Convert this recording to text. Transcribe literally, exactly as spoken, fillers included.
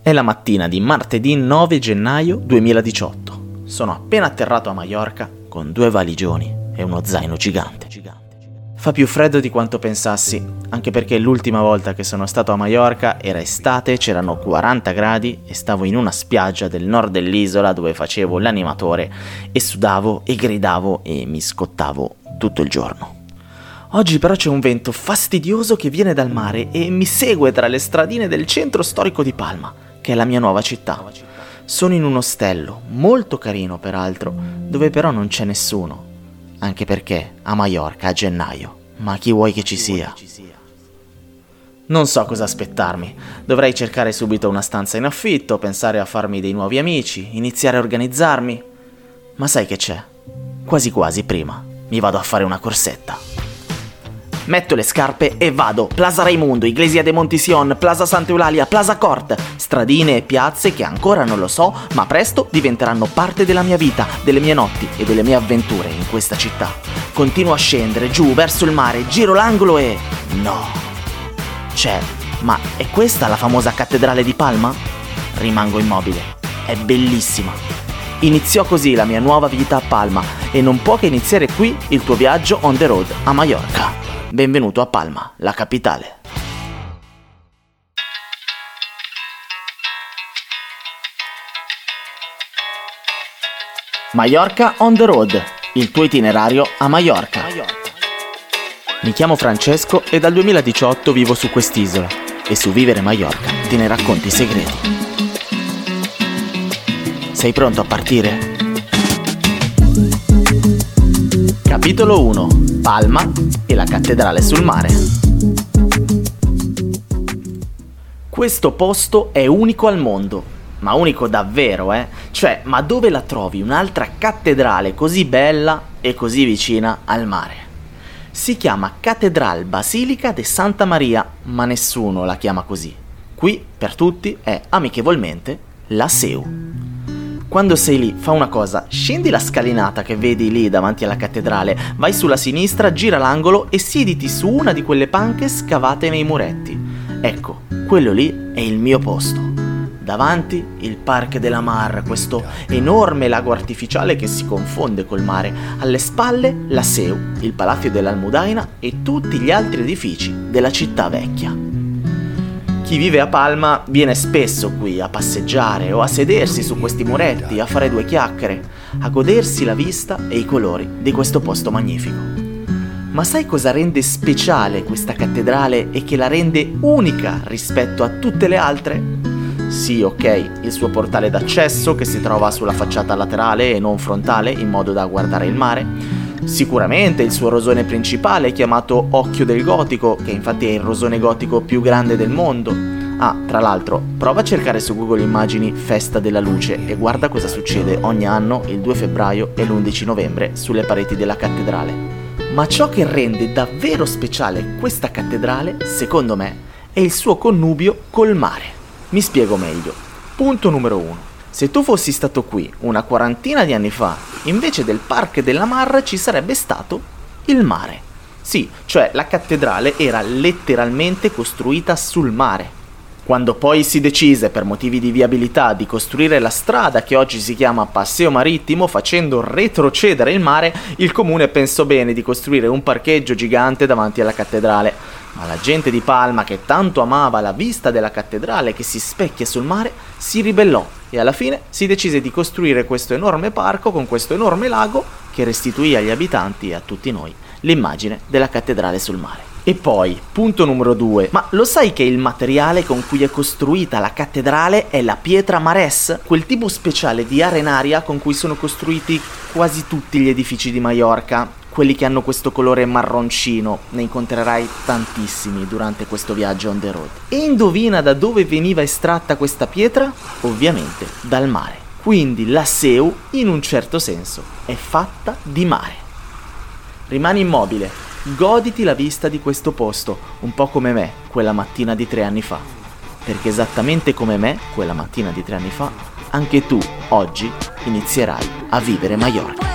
È la mattina di martedì nove gennaio duemiladiciotto. Sono appena atterrato a Maiorca con due valigioni e uno zaino gigante. Fa più freddo di quanto pensassi, anche perché l'ultima volta che sono stato a Maiorca era estate, c'erano quaranta gradi e stavo in una spiaggia del nord dell'isola dove facevo l'animatore e sudavo e gridavo e mi scottavo tutto il giorno. Oggi però c'è un vento fastidioso che viene dal mare e mi segue tra le stradine del centro storico di Palma, che è la mia nuova città. Sono in un ostello, molto carino peraltro, dove però non c'è nessuno. Anche perché a Maiorca a gennaio, ma chi vuoi che ci sia? Non so cosa aspettarmi. Dovrei cercare subito una stanza in affitto, pensare a farmi dei nuovi amici, iniziare a organizzarmi. Ma sai che c'è? Quasi quasi prima mi vado a fare una corsetta. Metto le scarpe e vado. Plaza Raimundo, Iglesia de Montision, Plaza Santa Eulalia, Plaza Cort. Stradine e piazze che ancora non lo so, ma presto diventeranno parte della mia vita, delle mie notti e delle mie avventure in questa città. Continuo a scendere giù verso il mare, giro l'angolo e... no. C'è. Ma è questa la famosa cattedrale di Palma? Rimango immobile. È bellissima. Iniziò così la mia nuova vita a Palma e non può che iniziare qui il tuo viaggio on the road a Maiorca. Benvenuto a Palma, la capitale. Maiorca on the road, il tuo itinerario a Maiorca. Mi chiamo Francesco e dal duemiladiciotto vivo su quest'isola e su Vivere Maiorca te ne racconto i segreti. Sei pronto a partire? Capitolo uno. Palma e la cattedrale sul mare. Questo posto è unico al mondo, ma unico davvero, eh? Cioè, ma dove la trovi un'altra cattedrale così bella e così vicina al mare? Si chiama Catedral Basilica de Santa Maria, ma nessuno la chiama così. Qui, per tutti, è amichevolmente la Seu. Quando sei lì, fa una cosa, scendi la scalinata che vedi lì davanti alla cattedrale, vai sulla sinistra, gira l'angolo e siediti su una di quelle panche scavate nei muretti. Ecco, quello lì è il mio posto. Davanti il Parc de la Mar, questo enorme lago artificiale che si confonde col mare. Alle spalle la Seu, il Palazzo dell'Almudaina e tutti gli altri edifici della città vecchia. Chi vive a Palma viene spesso qui a passeggiare o a sedersi su questi muretti, a fare due chiacchiere, a godersi la vista e i colori di questo posto magnifico. Ma sai cosa rende speciale questa cattedrale e che la rende unica rispetto a tutte le altre? Sì, ok, il suo portale d'accesso che si trova sulla facciata laterale e non frontale in modo da guardare il mare. Sicuramente il suo rosone principale chiamato Occhio del Gotico, che infatti è il rosone gotico più grande del mondo. Ah, tra l'altro, prova a cercare su Google Immagini Festa della Luce e guarda cosa succede ogni anno il due febbraio e l'undici novembre sulle pareti della cattedrale. Ma ciò che rende davvero speciale questa cattedrale, secondo me, è il suo connubio col mare. Mi spiego meglio. Punto numero uno. Se tu fossi stato qui una quarantina di anni fa, invece del Parc de la Mar ci sarebbe stato il mare. Sì, cioè la cattedrale era letteralmente costruita sul mare. Quando poi si decise per motivi di viabilità di costruire la strada che oggi si chiama Paseo Marittimo facendo retrocedere il mare, il comune pensò bene di costruire un parcheggio gigante davanti alla cattedrale. Ma la gente di Palma, che tanto amava la vista della cattedrale che si specchia sul mare, si ribellò e alla fine si decise di costruire questo enorme parco con questo enorme lago che restituì agli abitanti e a tutti noi l'immagine della cattedrale sul mare. E poi, punto numero due, ma lo sai che il materiale con cui è costruita la cattedrale è la pietra marès? Quel tipo speciale di arenaria con cui sono costruiti quasi tutti gli edifici di Maiorca, quelli che hanno questo colore marroncino, ne incontrerai tantissimi durante questo viaggio on the road. E indovina da dove veniva estratta questa pietra? Ovviamente dal mare. Quindi la Seu, in un certo senso, è fatta di mare. Rimani immobile, goditi la vista di questo posto, un po' come me, quella mattina di tre anni fa. Perché esattamente come me, quella mattina di tre anni fa, anche tu, oggi, inizierai a vivere Maiorca.